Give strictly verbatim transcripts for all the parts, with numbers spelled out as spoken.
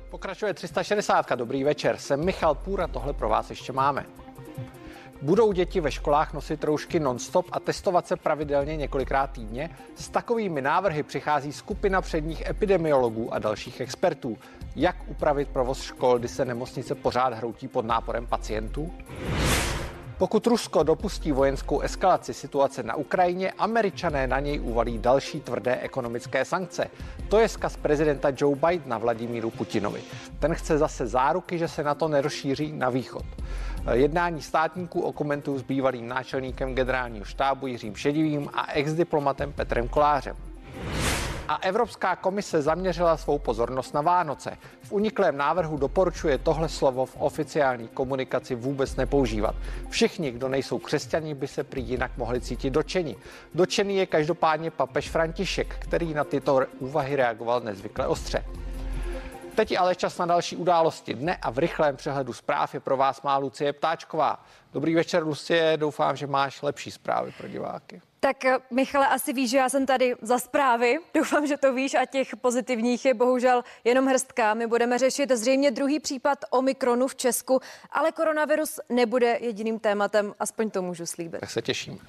Pokračuje tři sta šedesát. Dobrý večer, jsem Michal Půr a tohle pro vás ještě máme. Budou děti ve školách nosit roušky non-stop a testovat se pravidelně několikrát týdně? S takovými návrhy přichází skupina předních epidemiologů a dalších expertů. Jak upravit provoz škol, kdy se nemocnice pořád hroutí pod náporem pacientů? Pokud Rusko dopustí vojenskou eskalaci situace na Ukrajině, Američané na něj uvalí další tvrdé ekonomické sankce. To je vzkaz prezidenta Joe Bidena Vladimíru Putinovi. Ten chce zase záruky, že se NATO nerozšíří na východ. Jednání státníků okomentují s bývalým náčelníkem generálního štábu Jiřím Šedivým a exdiplomatem Petrem Kolářem. A Evropská komise zaměřila svou pozornost na Vánoce. V uniklém návrhu doporučuje tohle slovo v oficiální komunikaci vůbec nepoužívat. Všichni, kdo nejsou křesťaní, by se prý jinak mohli cítit dotčeni. Dotčený je každopádně papež František, který na tyto úvahy reagoval nezvykle ostře. Teď je ale čas na další události dne a v rychlém přehledu zpráv je pro vás má Lucie Ptáčková. Dobrý večer, Lucie, doufám, že máš lepší zprávy pro diváky. Tak Michale, asi víš, že já jsem tady za zprávy. Doufám, že to víš a těch pozitivních je bohužel jenom hrstka. My budeme řešit zřejmě druhý případ Omikronu v Česku, ale koronavirus nebude jediným tématem, aspoň to můžu slíbit. Tak se těším.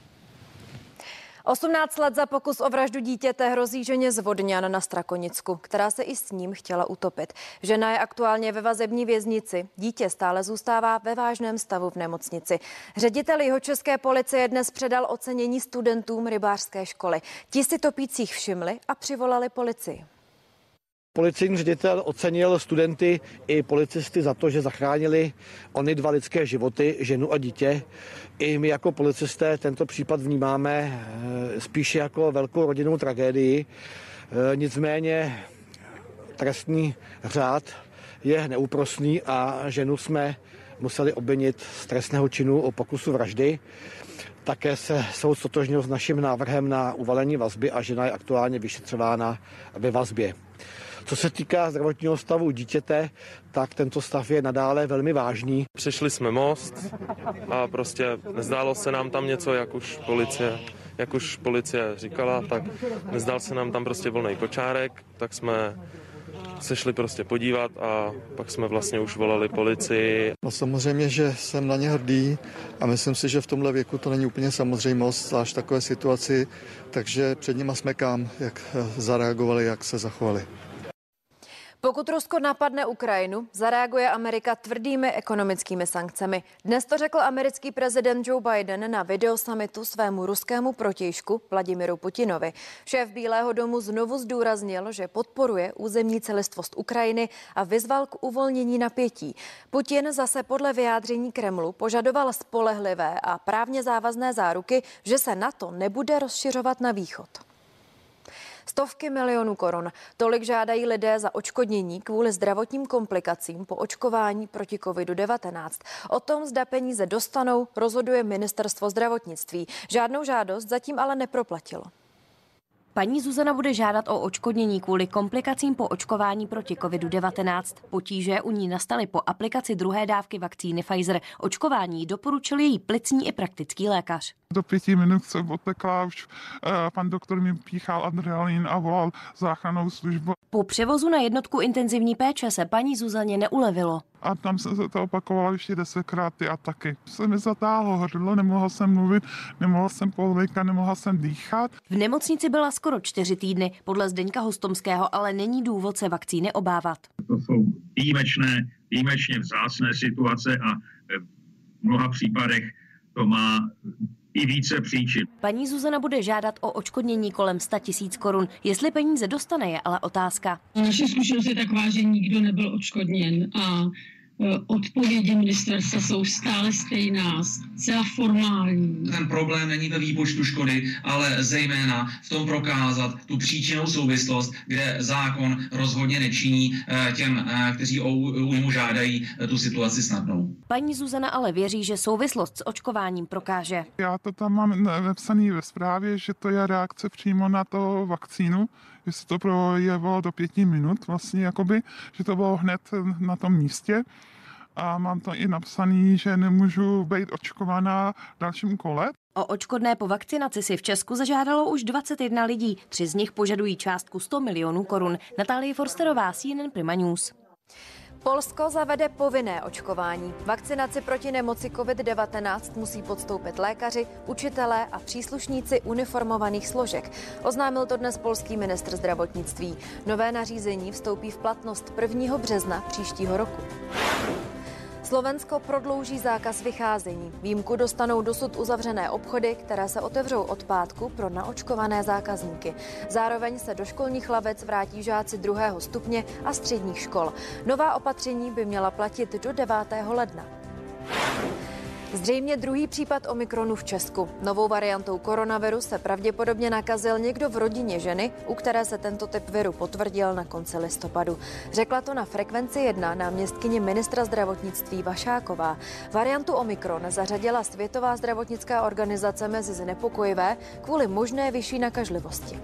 osmnáct let za pokus o vraždu dítěte hrozí ženě z Vodňan na Strakonicku, která se i s ním chtěla utopit. Žena je aktuálně ve vazební věznici. Dítě stále zůstává ve vážném stavu v nemocnici. Ředitel jihočeské policie dnes předal ocenění studentům rybářské školy. Ti si topících všimli a přivolali policii. Policejní ředitel ocenil studenty i policisty za to, že zachránili ony dva lidské životy, ženu a dítě. I my jako policisté tento případ vnímáme spíše jako velkou rodinnou tragédii. Nicméně trestní řád je neúprosný a ženu jsme museli obvinit z trestného činu o pokusu vraždy. Také se soud ztotožnil s naším návrhem na uvalení vazby a žena je aktuálně vyšetřována ve vazbě. Co se týká zdravotního stavu dítěte, tak tento stav je nadále velmi vážný. Přešli jsme most a prostě nezdálo se nám tam něco, jak už policie, jak už policie říkala, tak nezdál se nám tam prostě volný kočárek, tak jsme se šli prostě podívat a pak jsme vlastně už volali policii. No samozřejmě, že jsem na ně hrdý a myslím si, že v tomhle věku to není úplně samozřejmost, zvlášť v takové situaci, takže před nima smekám, jak zareagovali, jak se zachovali. Pokud Rusko napadne Ukrajinu, zareaguje Amerika tvrdými ekonomickými sankcemi. Dnes to řekl americký prezident Joe Biden na videosummitu svému ruskému protějšku Vladimiru Putinovi. Šéf Bílého domu znovu zdůraznil, že podporuje územní celistvost Ukrajiny a vyzval k uvolnění napětí. Putin zase podle vyjádření Kremlu požadoval spolehlivé a právně závazné záruky, že se NATO nebude rozšiřovat na východ. Stovky milionů korun. Tolik žádají lidé za odškodnění kvůli zdravotním komplikacím po očkování proti covidu devatenáct. O tom, zda peníze dostanou, rozhoduje ministerstvo zdravotnictví. Žádnou žádost zatím ale neproplatilo. Paní Zuzana bude žádat o odškodnění kvůli komplikacím po očkování proti covidu devatenáct. Potíže u ní nastaly po aplikaci druhé dávky vakcíny Pfizer. Očkování doporučil její plicní i praktický lékař. Do pěti minut jsem odtekla, už uh, pan doktor mi píchal adrenalin a volal záchrannou službu. Po převozu na jednotku intenzivní péče se paní Zuzaně neulevilo. A tam se to opakovalo ještě desetkrát a taky se mi zatáhlo hrdlo, nemohla jsem mluvit, nemohla jsem polvejka, nemohla jsem dýchat. V nemocnici byla skoro čtyři týdny, podle Zdeňka Hostomského, ale není důvod se vakcíny obávat. To jsou výjimečné, výjimečně vzácné situace a v mnoha případech to má i více příčin. Paní Zuzana bude žádat o odškodnění kolem sto tisíc korun. Jestli peníze dostane, je ale otázka. Naše zkušenost je taková, že nikdo nebyl odškodněn a odpovědi ministerstva jsou stále stejná, zcela formální. Ten problém není ve výpočtu škody, ale zejména v tom prokázat tu příčinnou souvislost, kde zákon rozhodně nečiní těm, kteří o újmu žádají, tu situaci snadnou. Paní Zuzana ale věří, že souvislost s očkováním prokáže. Já to tam mám napsaný ve zprávě, že to je reakce přímo na to vakcínu, že se to projevilo do pěti minut vlastně, jakoby, že to bylo hned na tom místě. A mám to i napsaný, že nemůžu být očkovaná v dalším kole. O odškodné po vakcinaci si v Česku zažádalo už dvacet jedna lidí. Tři z nich požadují částku sto milionů korun. Natálie Forsterová, C N N Prima News. Polsko zavede povinné očkování. Vakcinaci proti nemoci covid devatenáct musí podstoupit lékaři, učitelé a příslušníci uniformovaných složek. Oznámil to dnes polský ministr zdravotnictví. Nové nařízení vstoupí v platnost prvního března příštího roku. Slovensko prodlouží zákaz vycházení. Výjimku dostanou dosud uzavřené obchody, které se otevřou od pátku pro naočkované zákazníky. Zároveň se do školních lavic vrátí žáci druhého stupně a středních škol. Nová opatření by měla platit do devátého ledna. Zřejmě druhý případ Omikronu v Česku. Novou variantou koronaviru se pravděpodobně nakazil někdo v rodině ženy, u které se tento typ viru potvrdil na konci listopadu. Řekla to na Frekvenci jedna náměstkyně ministra zdravotnictví Vašáková. Variantu Omikron zařadila Světová zdravotnická organizace mezi znepokojivé kvůli možné vyšší nakažlivosti.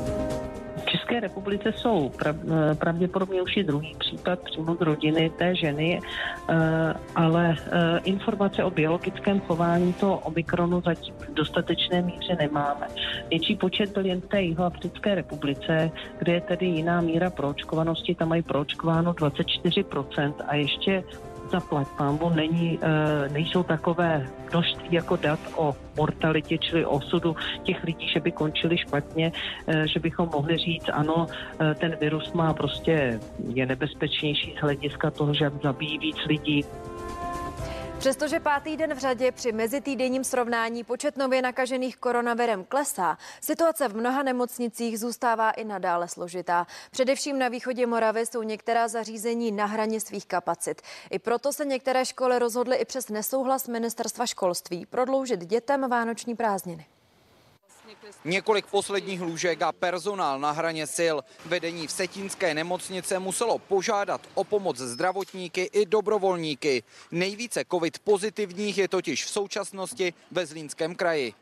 V České republice jsou pravděpodobně už i druhý případ přímo z rodiny té ženy, ale informace o biologickém chování toho Omikronu zatím v dostatečné míře nemáme. Větší počet byl jen v té Jihoafrické republice, kde je tedy jiná míra proočkovanosti, tam mají proočkováno dvacet čtyři procent a ještě zaplať pánbu není, nejsou takové množství jako dat o mortalitě, čili osudu těch lidí, že by končili špatně, že bychom mohli říct, ano, ten virus má prostě, je nebezpečnější z hlediska toho, že zabíjí víc lidí. Přestože pátý den v řadě při mezitýdenním srovnání počet nově nakažených koronavirem klesá, situace v mnoha nemocnicích zůstává i nadále složitá. Především na východě Moravy jsou některá zařízení na hraně svých kapacit. I proto se některé školy rozhodly i přes nesouhlas ministerstva školství prodloužit dětem vánoční prázdniny. Několik posledních lůžek a personál na hraně sil. Vedení vsetínské nemocnice muselo požádat o pomoc zdravotníky i dobrovolníky. Nejvíce covid pozitivních je totiž v současnosti ve Zlínském kraji.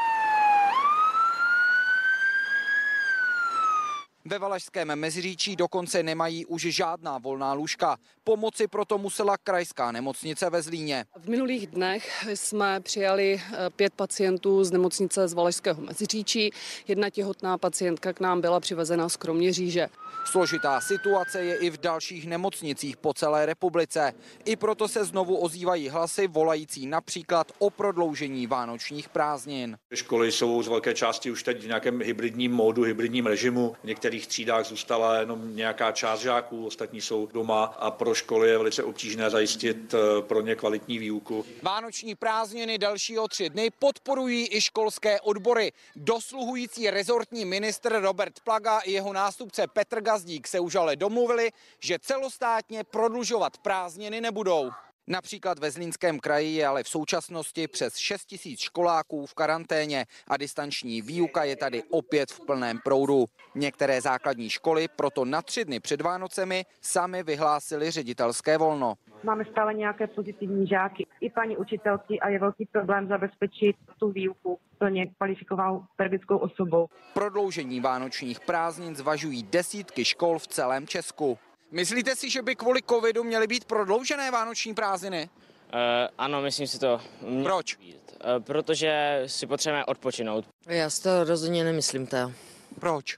Ve Valašském Meziříčí dokonce nemají už žádná volná lůžka. Pomoci proto musela krajská nemocnice ve Zlíně. V minulých dnech jsme přijali pět pacientů z nemocnice z Valašského Meziříčí. Jedna těhotná pacientka k nám byla přivezena z Kroměříže. Složitá situace je i v dalších nemocnicích po celé republice. I proto se znovu ozývají hlasy volající například o prodloužení vánočních prázdnin. Školy jsou z velké části už teď v nějakém hybridním módu, hybridním režimu. V některých třídách zůstala jenom nějaká část žáků, ostatní jsou doma a pro školy je velice obtížné zajistit pro ně kvalitní výuku. Vánoční prázdniny dalšího tři dny podporují i školské odbory. Dosluhující rezortní ministr Robert Plaga i jeho nástupce Petr Gazdík se už ale domluvili, že celostátně prodlužovat prázdniny nebudou. Například ve Zlínském kraji je ale v současnosti přes šest tisíc školáků v karanténě a distanční výuka je tady opět v plném proudu. Některé základní školy proto na tři dny před Vánocemi sami vyhlásily ředitelské volno. Máme stále nějaké pozitivní žáky i paní učitelky a je velký problém zabezpečit tu výuku plně kvalifikovanou pedagogickou osobou. Prodloužení vánočních prázdnin zvažují desítky škol v celém Česku. Myslíte si, že by kvůli covidu měly být prodloužené vánoční prázdniny? Uh, ano, myslím si to. Proč? Být. Uh, protože si potřebujeme odpočinout. Já si to rozhodně nemyslím, to. Proč? Uh,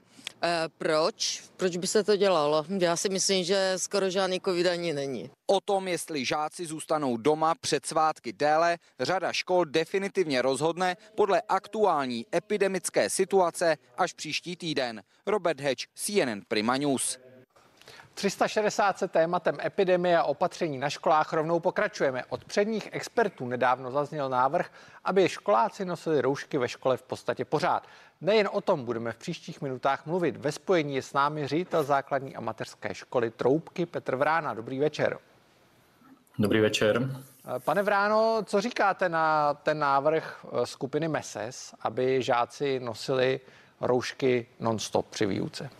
proč? Proč by se to dělalo? Já si myslím, že skoro žádný covid ani není. O tom, jestli žáci zůstanou doma před svátky déle, řada škol definitivně rozhodne podle aktuální epidemické situace až příští týden. Robert Heč, C N N Prima News. tři sta šedesát se tématem epidemie a opatření na školách rovnou pokračujeme. Od předních expertů nedávno zazněl návrh, aby školáci nosili roušky ve škole v podstatě pořád. Nejen o tom budeme v příštích minutách mluvit. Ve spojení je s námi ředitel základní a mateřské školy Troubky Petr Vrána. Dobrý večer. Dobrý večer. Pane Vráno, co říkáte na ten návrh skupiny M E S E S, aby žáci nosili roušky non-stop při výuce?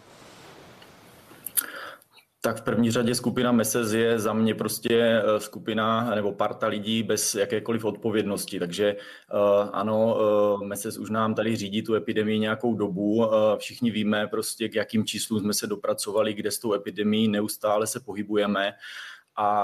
Tak v první řadě skupina M E S E S je za mě prostě skupina nebo parta lidí bez jakékoliv odpovědnosti. Takže ano, M E S E S už nám tady řídí tu epidemii nějakou dobu. Všichni víme prostě, k jakým číslům jsme se dopracovali, kde s tou epidemií neustále se pohybujeme. A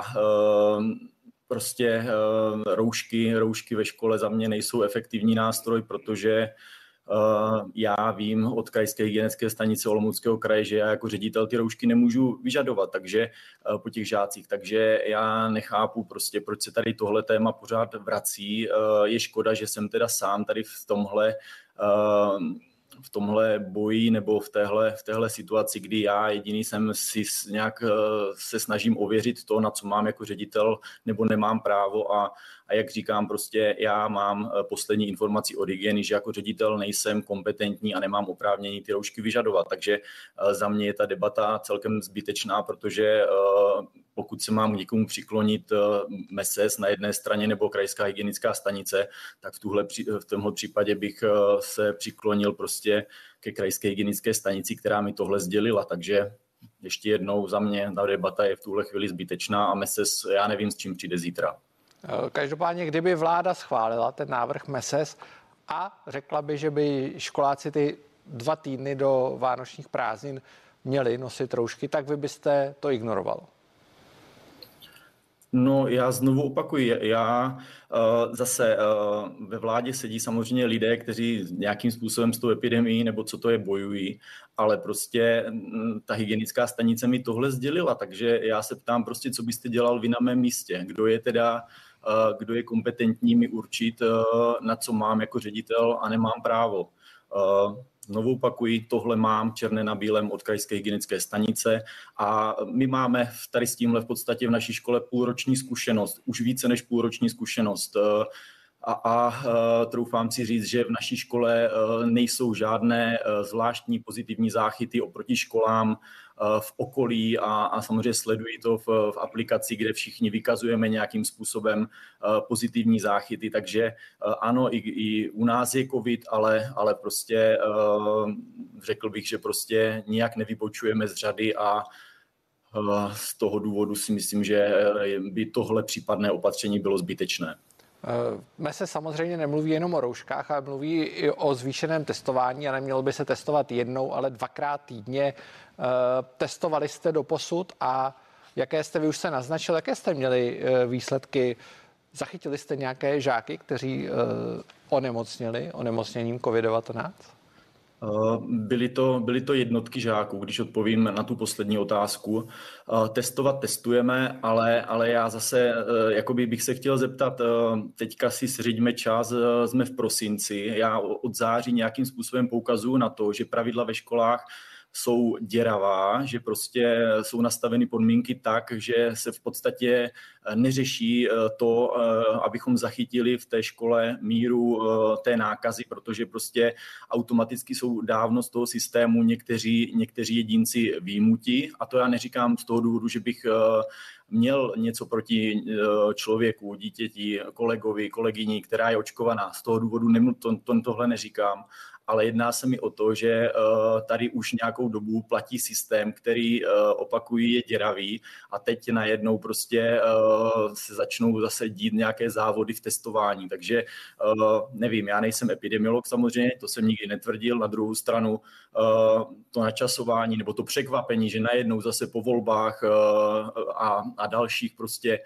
prostě roušky, roušky ve škole za mě nejsou efektivní nástroj, protože Já vím od krajské hygienické stanice Olomouckého kraje, že já jako ředitel ty roušky nemůžu vyžadovat, takže po těch žácích, takže já nechápu prostě, proč se tady tohle téma pořád vrací. Je škoda, že jsem teda sám tady v tomhle v tomhle boji nebo v téhle, v téhle situaci, kdy já jediný jsem si nějak se snažím ověřit to, na co mám jako ředitel nebo nemám právo a, a jak říkám, prostě já mám poslední informaci od hygieny, že jako ředitel nejsem kompetentní a nemám oprávnění ty roušky vyžadovat, takže za mě je ta debata celkem zbytečná, protože pokud se mám k někomu přiklonit M E S E S na jedné straně nebo krajská hygienická stanice, tak v, tuhle, v tomhle případě bych se přiklonil prostě ke krajské hygienické stanici, která mi tohle sdělila. Takže ještě jednou za mě ta debata je v tuhle chvíli zbytečná a M E S E S, já nevím, s čím přijde zítra. Každopádně, kdyby vláda schválila ten návrh M E S E S a řekla by, že by školáci ty dva týdny do vánočních prázdnin měli nosit roušky, tak vy byste to ignoroval? No, já znovu opakuji, já uh, zase uh, ve vládě sedí samozřejmě lidé, kteří nějakým způsobem s tou epidemií nebo co to je bojují, ale prostě m, ta hygienická stanice mi tohle sdělila, takže já se ptám prostě, co byste dělal vy na mém místě, kdo je teda, uh, kdo je kompetentní mi určit, uh, na co mám jako ředitel a nemám právo. Uh, Znovu opakuji, tohle mám černé na bílém od krajské hygienické stanice a my máme tady s tímhle v podstatě v naší škole půlroční zkušenost, už více než půlroční zkušenost. A, a troufám si říct, že v naší škole nejsou žádné zvláštní pozitivní záchyty oproti školám v okolí a, a samozřejmě sledují to v, v aplikaci, kde všichni vykazujeme nějakým způsobem pozitivní záchyty, takže ano, i, i u nás je covid, ale, ale prostě řekl bych, že prostě nijak nevybočujeme z řady a z toho důvodu si myslím, že by tohle případné opatření bylo zbytečné. M E S E S samozřejmě nemluví jenom o rouškách, ale mluví i o zvýšeném testování a nemělo by se testovat jednou, ale dvakrát týdně. Testovali jste doposud a jaké jste, vy už se naznačil, jaké jste měli výsledky? Zachytili jste nějaké žáky, kteří onemocněli onemocněním covid devatenáct? Byly to, byly to jednotky žáků, když odpovím na tu poslední otázku. Testovat testujeme, ale, ale já zase jakoby bych se chtěl zeptat, teďka si sřiďme čas, jsme v prosinci, já od září nějakým způsobem poukazuju na to, že pravidla ve školách jsou děravá, že prostě jsou nastaveny podmínky tak, že se v podstatě neřeší to, abychom zachytili v té škole míru té nákazy, protože prostě automaticky jsou dávno z toho systému někteří, někteří jedinci výjimuti a to já neříkám z toho důvodu, že bych měl něco proti člověku, dítěti, kolegovi, kolegyni, která je očkovaná. Z toho důvodu nemů, to, to, tohle neříkám, ale jedná se mi o to, že tady už nějakou dobu platí systém, který, opakují, je děravý a teď najednou prostě se začnou zase dít nějaké závody v testování. Takže nevím, já nejsem epidemiolog samozřejmě, to jsem nikdy netvrdil. Na druhou stranu to načasování nebo to překvapení, že najednou zase po volbách a, a dalších prostě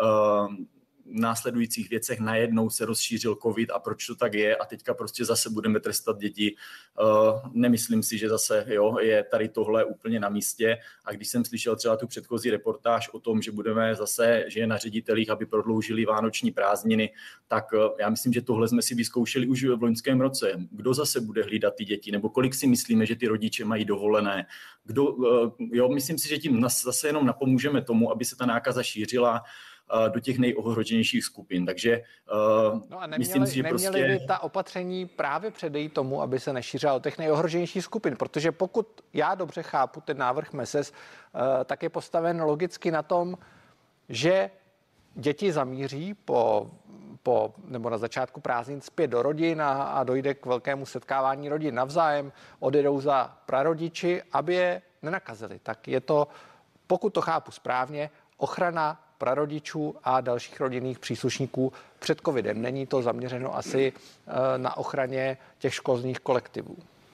následujících věcech najednou se rozšířil covid a proč to tak je a teďka prostě zase budeme trestat děti. Uh, nemyslím si, že zase jo, je tady tohle úplně na místě a když jsem slyšel třeba tu předchozí reportáž o tom, že budeme zase, že je na ředitelích, aby prodloužili vánoční prázdniny, tak uh, já myslím, že tohle jsme si vyzkoušeli už v loňském roce. Kdo zase bude hlídat ty děti nebo kolik si myslíme, že ty rodiče mají dovolené? Kdo, uh, jo, myslím si, že tím zase jenom napomůžeme tomu, aby se ta nákaza šířila do těch nejohroženějších skupin. Takže uh, no a neměli, myslím si, že neměli prostě... by ta opatření právě předejít tomu, aby se nešířila do těch nejohroženějších skupin, protože pokud já dobře chápu ten návrh M E S E S, uh, tak je postaven logicky na tom, že děti zamíří po, po nebo na začátku prázdnin zpět do rodin a, a dojde k velkému setkávání rodin navzájem, odjedou za prarodiči, aby je nenakazili. Tak je to, pokud to chápu správně, ochrana prarodičů a dalších rodinných příslušníků před covidem. Není to zaměřeno asi na ochraně těch školních kolektivů.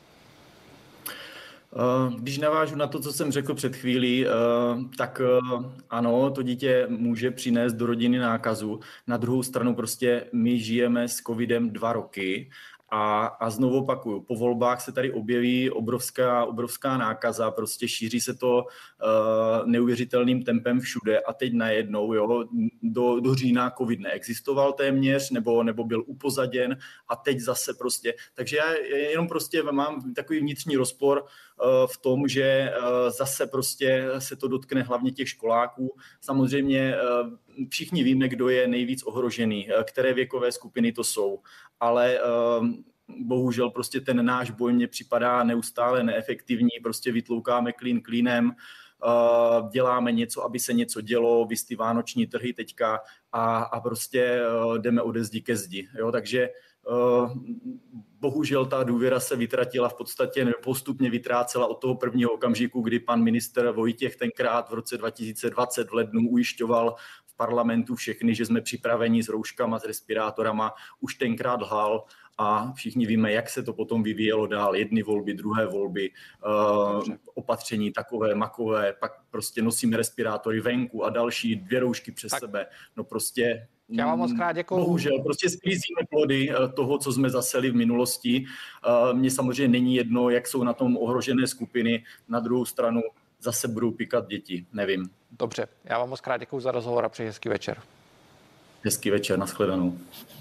Když navážu na to, co jsem řekl před chvílí, tak ano, to dítě může přinést do rodiny nákazu. Na druhou stranu prostě my žijeme s covidem dva roky A, a znovu opakuju, po volbách se tady objeví obrovská, obrovská nákaza, prostě šíří se to uh, neuvěřitelným tempem všude a teď najednou, jo, do, do října covid neexistoval téměř, nebo, nebo byl upozaděn a teď zase prostě, takže já jenom prostě mám takový vnitřní rozpor uh, v tom, že uh, zase prostě se to dotkne hlavně těch školáků. Samozřejmě uh, všichni víme, kdo je nejvíc ohrožený, uh, které věkové skupiny to jsou, ale uh, bohužel prostě ten náš boj mně připadá neustále neefektivní, prostě vytloukáme klín klínem, uh, děláme něco, aby se něco dělo, vys ty vánoční trhy teďka a, a prostě uh, jdeme ode zdi ke zdi. Jo? Takže uh, bohužel ta důvěra se vytratila v podstatě, nebo postupně vytrácela od toho prvního okamžiku, kdy pan ministr Vojtěch tenkrát v roce dva tisíce dvacet v lednu ujišťoval v parlamentu všechny, že jsme připraveni s rouškama, s respirátorama, už tenkrát lhal. A všichni víme, jak se to potom vyvíjelo dál. Jedny volby, druhé volby, uh, opatření takové, makové, pak prostě nosíme respirátory venku a další dvě roušky přes tak. sebe. No prostě... Já vám moc krát děkuju. Bohužel, prostě sklízíme plody toho, co jsme zaseli v minulosti. Uh, mně samozřejmě není jedno, jak jsou na tom ohrožené skupiny. Na druhou stranu zase budou pikat děti, nevím. Dobře, já vám moc krát děkuju za rozhovor a přeji hezký večer. Hezký večer, nashledanou.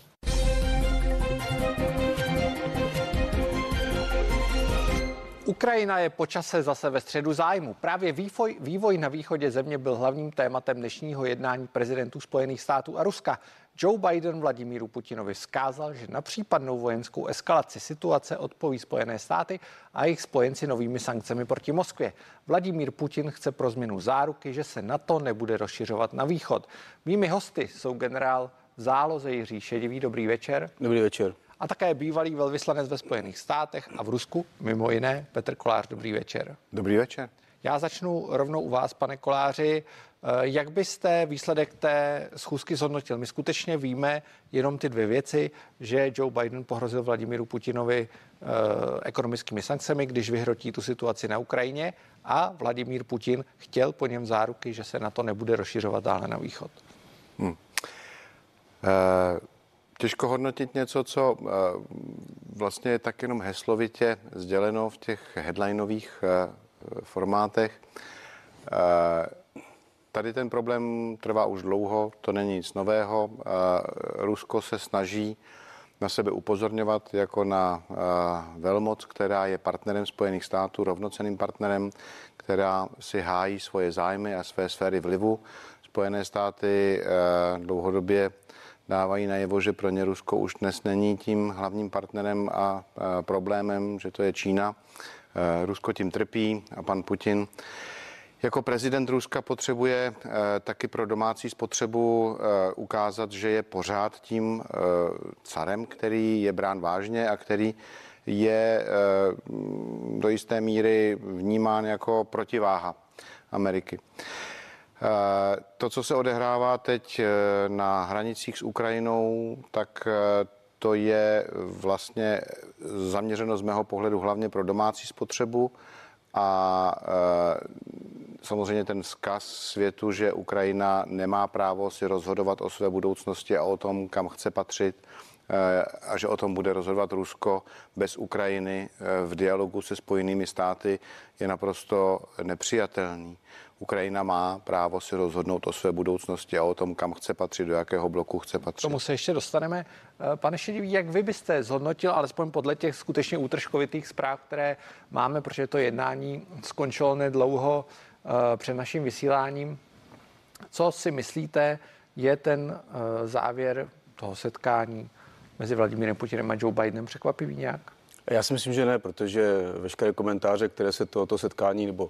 Ukrajina je po čase zase ve středu zájmu. Právě vývoj, vývoj na východě země byl hlavním tématem dnešního jednání prezidentů Spojených států a Ruska. Joe Biden Vladimíru Putinovi vzkázal, že na případnou vojenskou eskalaci situace odpoví Spojené státy a jejich spojenci novými sankcemi proti Moskvě. Vladimír Putin chce pro změnu záruky, že se NATO nebude rozšiřovat na východ. Mými hosty jsou generál v záloze Jiří Šedivý. Dobrý večer. Dobrý večer. A také bývalý velvyslanec ve Spojených státech a v Rusku, mimo jiné, Petr Kolář. Dobrý večer. Dobrý večer. Já začnu rovnou u vás, pane Koláři. Jak byste výsledek té schůzky zhodnotil? My skutečně víme jenom ty dvě věci, že Joe Biden pohrozil Vladimíru Putinovi eh, ekonomickými sankcemi, když vyhrotí tu situaci na Ukrajině, a Vladimír Putin chtěl po něm záruky, že se na to nebude rozšiřovat dále na východ. Hmm. Uh... Těžko hodnotit něco, co vlastně je tak jenom heslovitě sděleno v těch headlinových formátech. Tady ten problém trvá už dlouho, to není nic nového. Rusko se snaží na sebe upozorňovat jako na velmoc, která je partnerem Spojených států, rovnocenným partnerem, která si hájí svoje zájmy a své sféry vlivu. Spojené státy dlouhodobě dávají najevo, že pro ně Rusko už dnes není tím hlavním partnerem a problémem, že to je Čína. Rusko tím trpí a pan Putin jako prezident Ruska potřebuje taky pro domácí spotřebu ukázat, že je pořád tím carem, který je brán vážně a který je do jisté míry vnímán jako protiváha Ameriky. To, co se odehrává teď na hranicích s Ukrajinou, tak to je vlastně zaměřeno z mého pohledu hlavně pro domácí spotřebu a samozřejmě ten vzkaz světu, že Ukrajina nemá právo si rozhodovat o své budoucnosti a o tom, kam chce patřit, a že o tom bude rozhodovat Rusko bez Ukrajiny v dialogu se Spojenými státy, je naprosto nepřijatelný. Ukrajina má právo si rozhodnout o své budoucnosti a o tom, kam chce patřit, do jakého bloku chce patřit. Tomu se ještě dostaneme. Pane Šedivý, jak vy byste zhodnotil, alespoň podle těch skutečně útržkovitých zpráv, které máme, protože to jednání skončilo nedlouho před naším vysíláním, co si myslíte, je ten závěr toho setkání mezi Vladimírem Putinem a Joe Bidenem překvapivý nějak? Já si myslím, že ne, protože veškeré komentáře, které se tohoto setkání nebo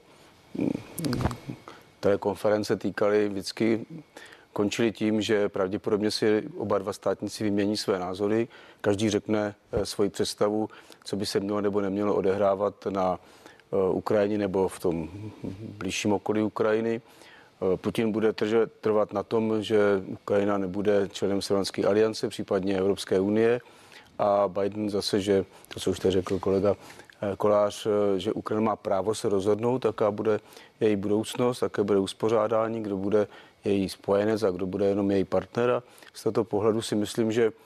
té konference týkaly, vždycky končily tím, že pravděpodobně si oba dva státníci vymění své názory. Každý řekne svoji představu, co by se mělo nebo nemělo odehrávat na Ukrajině nebo v tom blížším okolí Ukrajiny. Putin bude trvat na tom, že Ukrajina nebude členem Severanské aliance, případně Evropské unie, a Biden zase, že to, co už tady řekl kolega Kolář, že Ukrajina má právo se rozhodnout, jaká bude její budoucnost, jaké bude uspořádání, kdo bude její spojenec a kdo bude jenom její partner. Z tohoto pohledu si myslím, že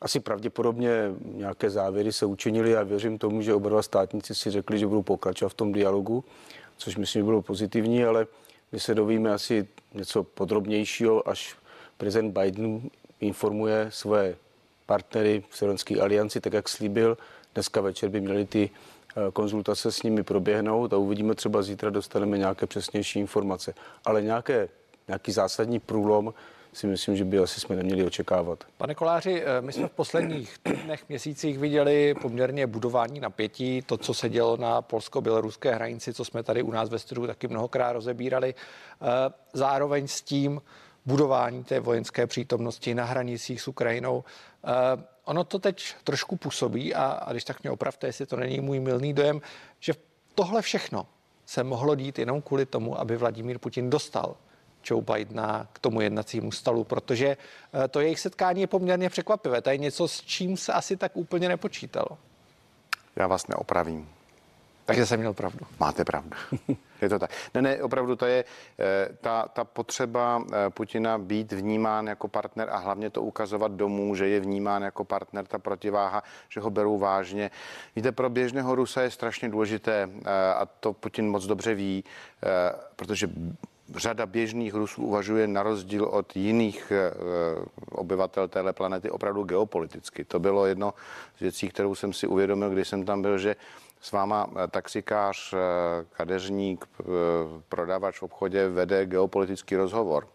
Asi pravděpodobně nějaké závěry se učinily a věřím tomu, že oba dva státníci si řekli, že budou pokračovat v tom dialogu, což myslím, že bylo pozitivní, ale my se dovíme asi něco podrobnějšího, až prezident Biden informuje své partnery v Severoatlantické alianci, tak jak slíbil. Dneska večer by měly ty konzultace s nimi proběhnout a uvidíme, třeba zítra dostaneme nějaké přesnější informace. Ale nějaké, nějaký zásadní průlom si myslím, že by asi jsme neměli očekávat. Pane Koláři, my jsme v posledních týdnech, měsících viděli poměrně budování napětí, to, co se dělo na polsko-běloruské hranici, co jsme tady u nás ve studiu taky mnohokrát rozebírali. Zároveň s tím budování té vojenské přítomnosti na hranicích s Ukrajinou. Ono to teď trošku působí a, a když tak mě opravte, jestli to není můj mylný dojem, že tohle všechno se mohlo dít jenom kvůli tomu, aby Vladimír Putin dostal Joe Bidena k tomu jednacímu stolu, protože to jejich setkání je poměrně překvapivé. To je něco, s čím se asi tak úplně nepočítalo. Já vás neopravím. Takže jsem měl pravdu. Máte pravdu. Je to tak. Ne, ne, opravdu to je ta, ta potřeba Putina být vnímán jako partner a hlavně to ukazovat domů, že je vnímán jako partner, ta protiváha, že ho berou vážně. Víte, pro běžného Rusa je strašně důležité a to Putin moc dobře ví, protože řada běžných Rusů uvažuje na rozdíl od jiných obyvatel téhle planety opravdu geopoliticky. To bylo jedno z věcí, kterou jsem si uvědomil, když jsem tam byl, že s váma taxikář, kadeřník, prodavač v obchodě vede geopolitický rozhovor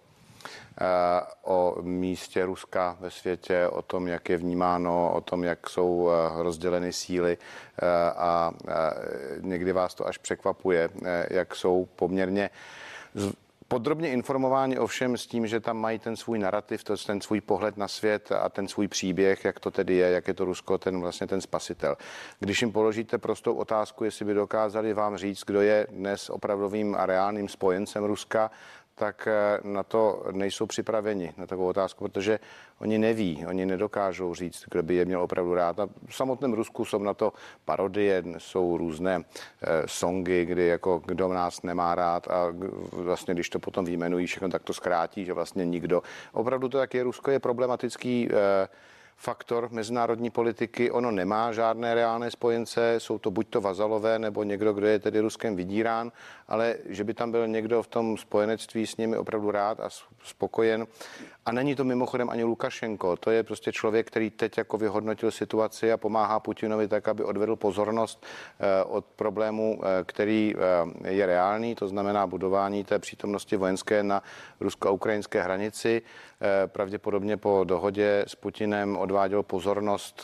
o místě Ruska ve světě, o tom, jak je vnímáno, o tom, jak jsou rozděleny síly a někdy vás to až překvapuje, jak jsou poměrně podrobně informováni ovšem s tím, že tam mají ten svůj narrativ, ten svůj pohled na svět a ten svůj příběh, jak to tedy je, jak je to Rusko, ten vlastně ten spasitel. Když jim položíte prostou otázku, jestli by dokázali vám říct, kdo je dnes opravdovým a reálným spojencem Ruska, tak na to nejsou připraveni, na takovou otázku, protože oni neví, oni nedokážou říct, kdo by je měl opravdu rád. A v samotném Rusku jsou na to parodie, jsou různé eh, songy, kdy jako kdo nás nemá rád a vlastně když to potom vyjmenují všechno, tak to zkrátí, že vlastně nikdo. Opravdu to, jak je Rusko, je problematický eh, faktor mezinárodní politiky. Ono nemá žádné reálné spojence, jsou to buď to vazalové, nebo někdo, kdo je tedy Ruskem vydírán, ale že by tam byl někdo v tom spojenectví s nimi opravdu rád a spokojen. A není to mimochodem ani Lukašenko, to je prostě člověk, který teď jako vyhodnotil situaci a pomáhá Putinovi tak, aby odvedl pozornost od problému, který je reálný, to znamená budování té přítomnosti vojenské na rusko-ukrajinské hranici. Pravděpodobně po dohodě s Putinem odváděl pozornost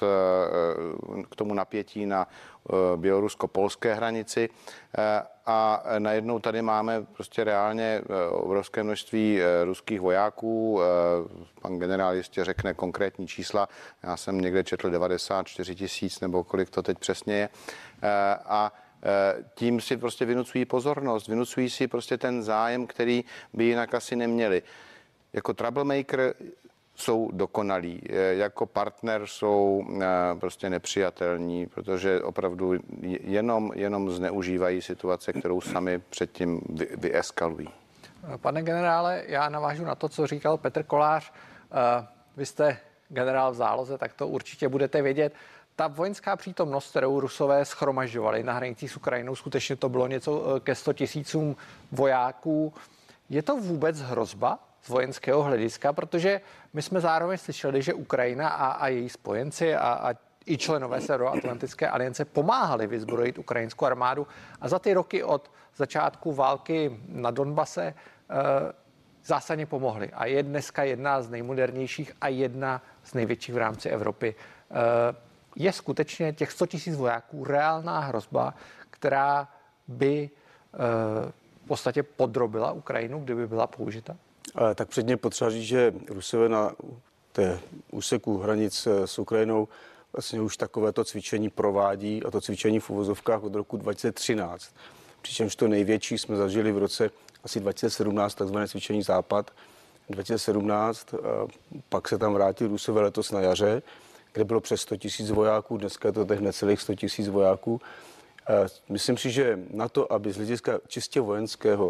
k tomu napětí na bělorusko-polské hranici a najednou tady máme prostě reálně obrovské množství ruských vojáků. Pan generál jistě řekne konkrétní čísla. Já jsem někde četl devadesát čtyři tisíc nebo kolik to teď přesně je. A tím si prostě vynucují pozornost, vynucují si prostě ten zájem, který by jinak asi neměli. Jako troublemaker jsou dokonalí, jako partner jsou prostě nepřijatelní, protože opravdu jenom, jenom zneužívají situace, kterou sami předtím vy, vyeskalují. Pane generále, já navážu na to, co říkal Petr Kolář. Vy jste generál v záloze, tak to určitě budete vědět. Ta vojenská přítomnost, kterou Rusové schromažďovali na hranicích s Ukrajinou, skutečně to bylo něco ke sto tisícům vojáků. Je to vůbec hrozba z vojenského hlediska, protože my jsme zároveň slyšeli, že Ukrajina a, a její spojenci a, a i členové Severoatlantické aliance pomáhali vyzbrojit ukrajinskou armádu a za ty roky od začátku války na Donbase e, zásadně pomohli. A je dneska jedna z nejmodernějších a jedna z největších v rámci Evropy. E, je skutečně těch sto tisíc vojáků reálná hrozba, která by e, v podstatě podrobila Ukrajinu, kdyby byla použita? Tak předně potřeba říct, že Rusové na té úseku hranic s Ukrajinou vlastně už takovéto cvičení provádí a to cvičení v uvozovkách od roku dva tisíce třináct. Přičemž to největší jsme zažili v roce asi dva tisíce sedmnáct, takzvané cvičení Západ dva tisíce sedmnáct, pak se tam vrátili Rusové letos na jaře, kde bylo přes sto tisíc vojáků, dneska je to teď necelých sto tisíc vojáků. Myslím si, že na to, aby z hlediska čistě vojenského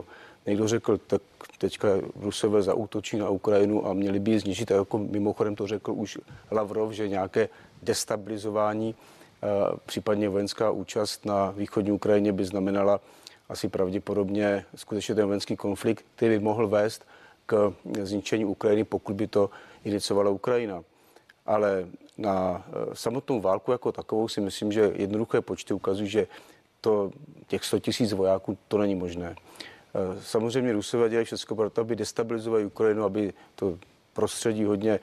někdo řekl, tak teďka Rusové zaútočí na Ukrajinu a měli by ji zničit. A jako mimochodem to řekl už Lavrov, že nějaké destabilizování, případně vojenská účast na východní Ukrajině by znamenala asi pravděpodobně skutečně ten vojenský konflikt, který by mohl vést k zničení Ukrajiny, pokud by to iniciovala Ukrajina. Ale na samotnou válku jako takovou si myslím, že jednoduché počty ukazují, že to, těch sto tisíc vojáků, to není možné. Samozřejmě Rusové dělají všechno pro to, aby destabilizovali Ukrajinu, aby to prostředí hodně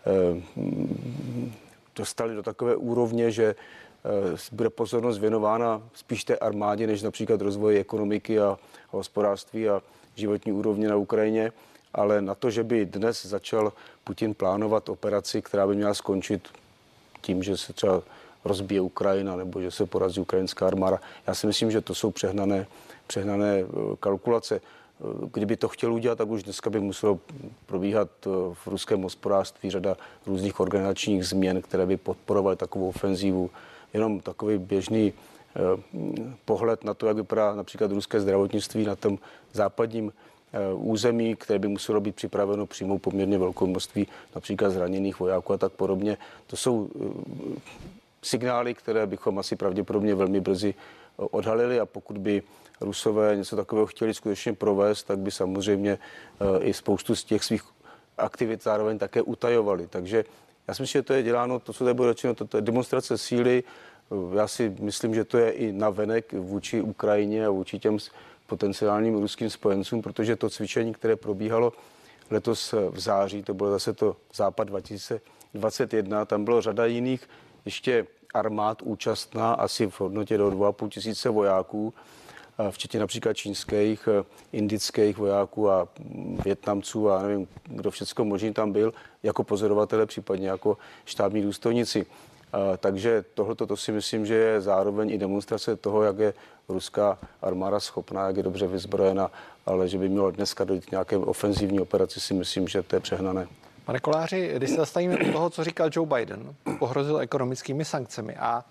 dostali do takové úrovně, že bude pozornost věnována spíš té armádě, než například rozvoji ekonomiky a hospodářství a životní úrovně na Ukrajině. Ale na to, že by dnes začal Putin plánovat operaci, která by měla skončit tím, že se třeba rozbije Ukrajina nebo že se porazí ukrajinská armáda. Já si myslím, že to jsou přehnané, přehnané kalkulace. Kdyby to chtěl udělat, tak už dneska by muselo probíhat v ruském hospodářství řada různých organizačních změn, které by podporovaly takovou ofenzívu. Jenom takový běžný eh, pohled na to, jak vypadá například ruské zdravotnictví na tom západním eh, území, které by muselo být připraveno přijmout poměrně velkou množství například zraněných vojáků a tak podobně. To jsou eh, signály, které bychom asi pravděpodobně velmi brzy odhalili a pokud by Rusové něco takového chtěli skutečně provést, tak by samozřejmě eh, i spoustu z těch svých aktivit zároveň také utajovali. Takže já si myslím, že to je děláno, to, co tady bylo řečeno, to, to je demonstrace síly. Já si myslím, že to je i navenek vůči Ukrajině a vůči těm potenciálním ruským spojencům, protože to cvičení, které probíhalo letos v září, to bylo zase to Západ dva tisíce dvacet jedna, tam bylo řada jiných ještě armád účastná, asi v hodnotě do dva a půl tisíce vojáků, včetně například čínských, indických vojáků a Vietnamců a nevím, kdo všechno možný tam byl, jako pozorovatele, případně jako štábní důstojníci. Takže tohleto to si myslím, že je zároveň i demonstrace toho, jak je ruská armáda schopná, jak je dobře vyzbrojena, ale že by mělo dneska dojít k nějaké ofenzivní operaci, si myslím, že to je přehnané. Pane Koláři, když se zastavíme u toho, co říkal Joe Biden, pohrozil ekonomickými sankcemi a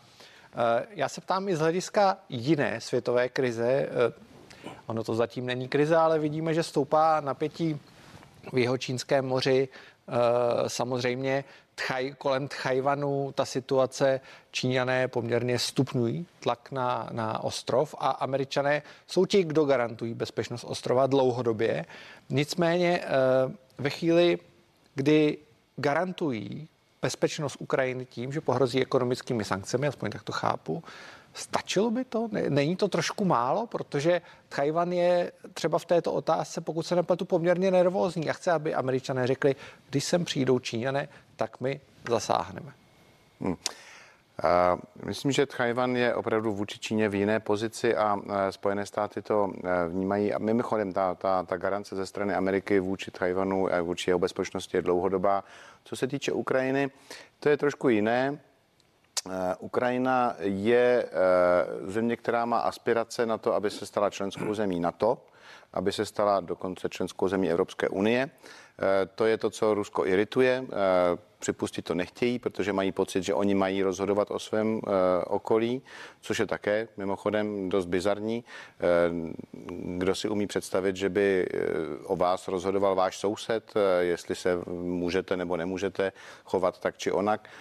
já se ptám i z hlediska jiné světové krize. Ono to zatím není krize, ale vidíme, že stoupá napětí v Jihočínském moři. Samozřejmě tchaj, kolem Tchajvanu ta situace, Číňané poměrně stupňují tlak na, na ostrov a Američané jsou ti, kdo garantují bezpečnost ostrova dlouhodobě. Nicméně ve chvíli, kdy garantují bezpečnost Ukrajiny tím, že pohrozí ekonomickými sankcemi, aspoň tak to chápu. Stačilo by to? Není to trošku málo? Protože Tchajwan je třeba v této otázce, pokud se nepletu, poměrně nervózní a chce, aby Američané řekli, když sem přijdou Číňané, tak my zasáhneme. Hmm. Uh, myslím, že Tchajwan je opravdu vůči Číně v jiné pozici a uh, Spojené státy to uh, vnímají. A mimochodem ta, ta, ta garance ze strany Ameriky vůči Tchajwanu a vůči jeho bezpečnosti je dlouhodobá. Co se týče Ukrajiny, to je trošku jiné. Uh, Ukrajina je uh, země, která má aspirace na to, aby se stala členskou zemí NATO, aby se stala dokonce členskou zemí Evropské unie. To je to, co Rusko irituje. Připustit to nechtějí, protože mají pocit, že oni mají rozhodovat o svém okolí, což je také mimochodem dost bizarní. Kdo si umí představit, že by o vás rozhodoval váš soused, jestli se můžete nebo nemůžete chovat tak či onak.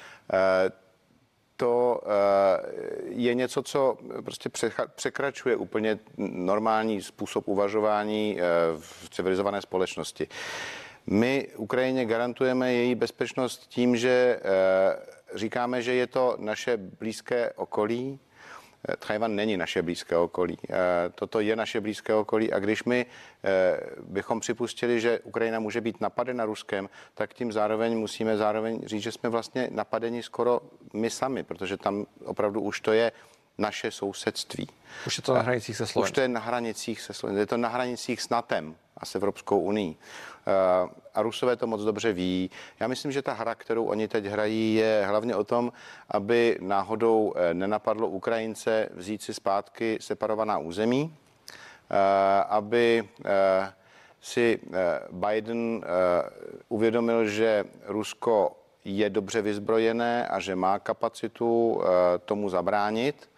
To je něco, co prostě překračuje úplně normální způsob uvažování v civilizované společnosti. My Ukrajině garantujeme její bezpečnost tím, že říkáme, že je to naše blízké okolí. Tchajwan není naše blízké okolí. Toto je naše blízké okolí a když my bychom připustili, že Ukrajina může být napadena Ruskem, tak tím zároveň musíme zároveň říct, že jsme vlastně napadeni skoro my sami, protože tam opravdu už to je naše sousedství. Už je to na hranicích se Slovenskem. Už to je na hranicích se Slovenskem. Je to na hranicích s NATEM a s Evropskou unií. A Rusové to moc dobře ví. Já myslím, že ta hra, kterou oni teď hrají, je hlavně o tom, aby náhodou nenapadlo Ukrajince vzít si zpátky separovaná území, aby si Biden uvědomil, že Rusko je dobře vyzbrojené a že má kapacitu tomu zabránit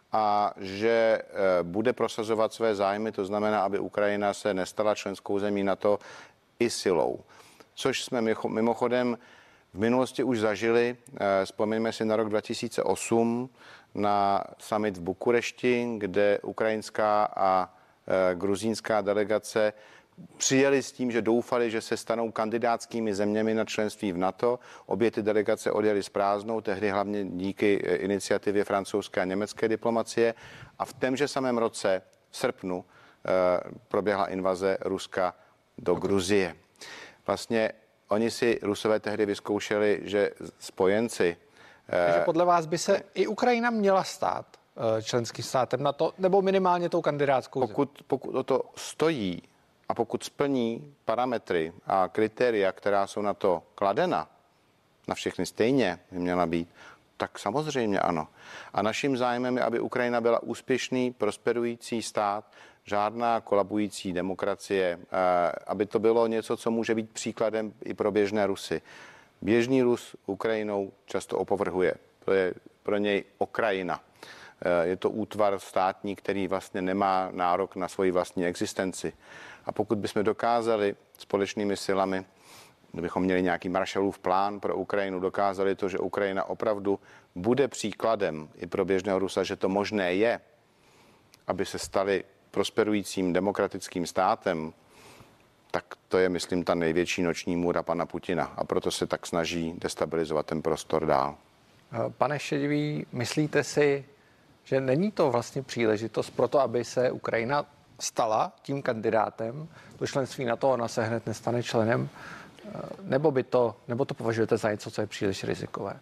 a že bude prosazovat své zájmy, to znamená, aby Ukrajina se nestala členskou zemí NATO i silou. Což jsme mimochodem v minulosti už zažili. Vzpomeňme si na rok dva tisíce osm, na summit v Bukurešti, kde ukrajinská a gruzínská delegace přijeli s tím, že doufali, že se stanou kandidátskými zeměmi na členství v NATO. Obě ty delegace odjeli s prázdnou, tehdy hlavně díky iniciativě francouzské a německé diplomacie. A v témže samém roce, v srpnu, proběhla invaze Ruska do Gruzie. Vlastně oni si Rusové tehdy vyzkoušeli, že spojenci... Takže podle vás by se i Ukrajina měla stát členským státem NATO, nebo minimálně tou kandidátskou zemí? Pokud, pokud o to stojí a pokud splní parametry a kritéria, která jsou na to kladena, na všechny stejně by měla být, tak samozřejmě ano. A naším zájmem je, aby Ukrajina byla úspěšný, prosperující stát, žádná kolabující demokracie, aby to bylo něco, co může být příkladem i pro běžné Rusy. Běžný Rus Ukrajinou často opovrhuje. To je pro něj okrajina. Je to útvar státní, který vlastně nemá nárok na svoji vlastní existenci. A pokud bychom dokázali společnými silami, kdybychom měli nějaký Marshallův plán pro Ukrajinu, dokázali to, že Ukrajina opravdu bude příkladem i pro běžného Rusa, že to možné je, aby se stali prosperujícím demokratickým státem, tak to je, myslím, ta největší noční můra pana Putina. A proto se tak snaží destabilizovat ten prostor dál. Pane Šedivý, myslíte si, že není to vlastně příležitost pro to, aby se Ukrajina stala tím kandidátem do členství NATO, ona se hned nestane členem, nebo by to, nebo to považujete za něco, co je příliš rizikové?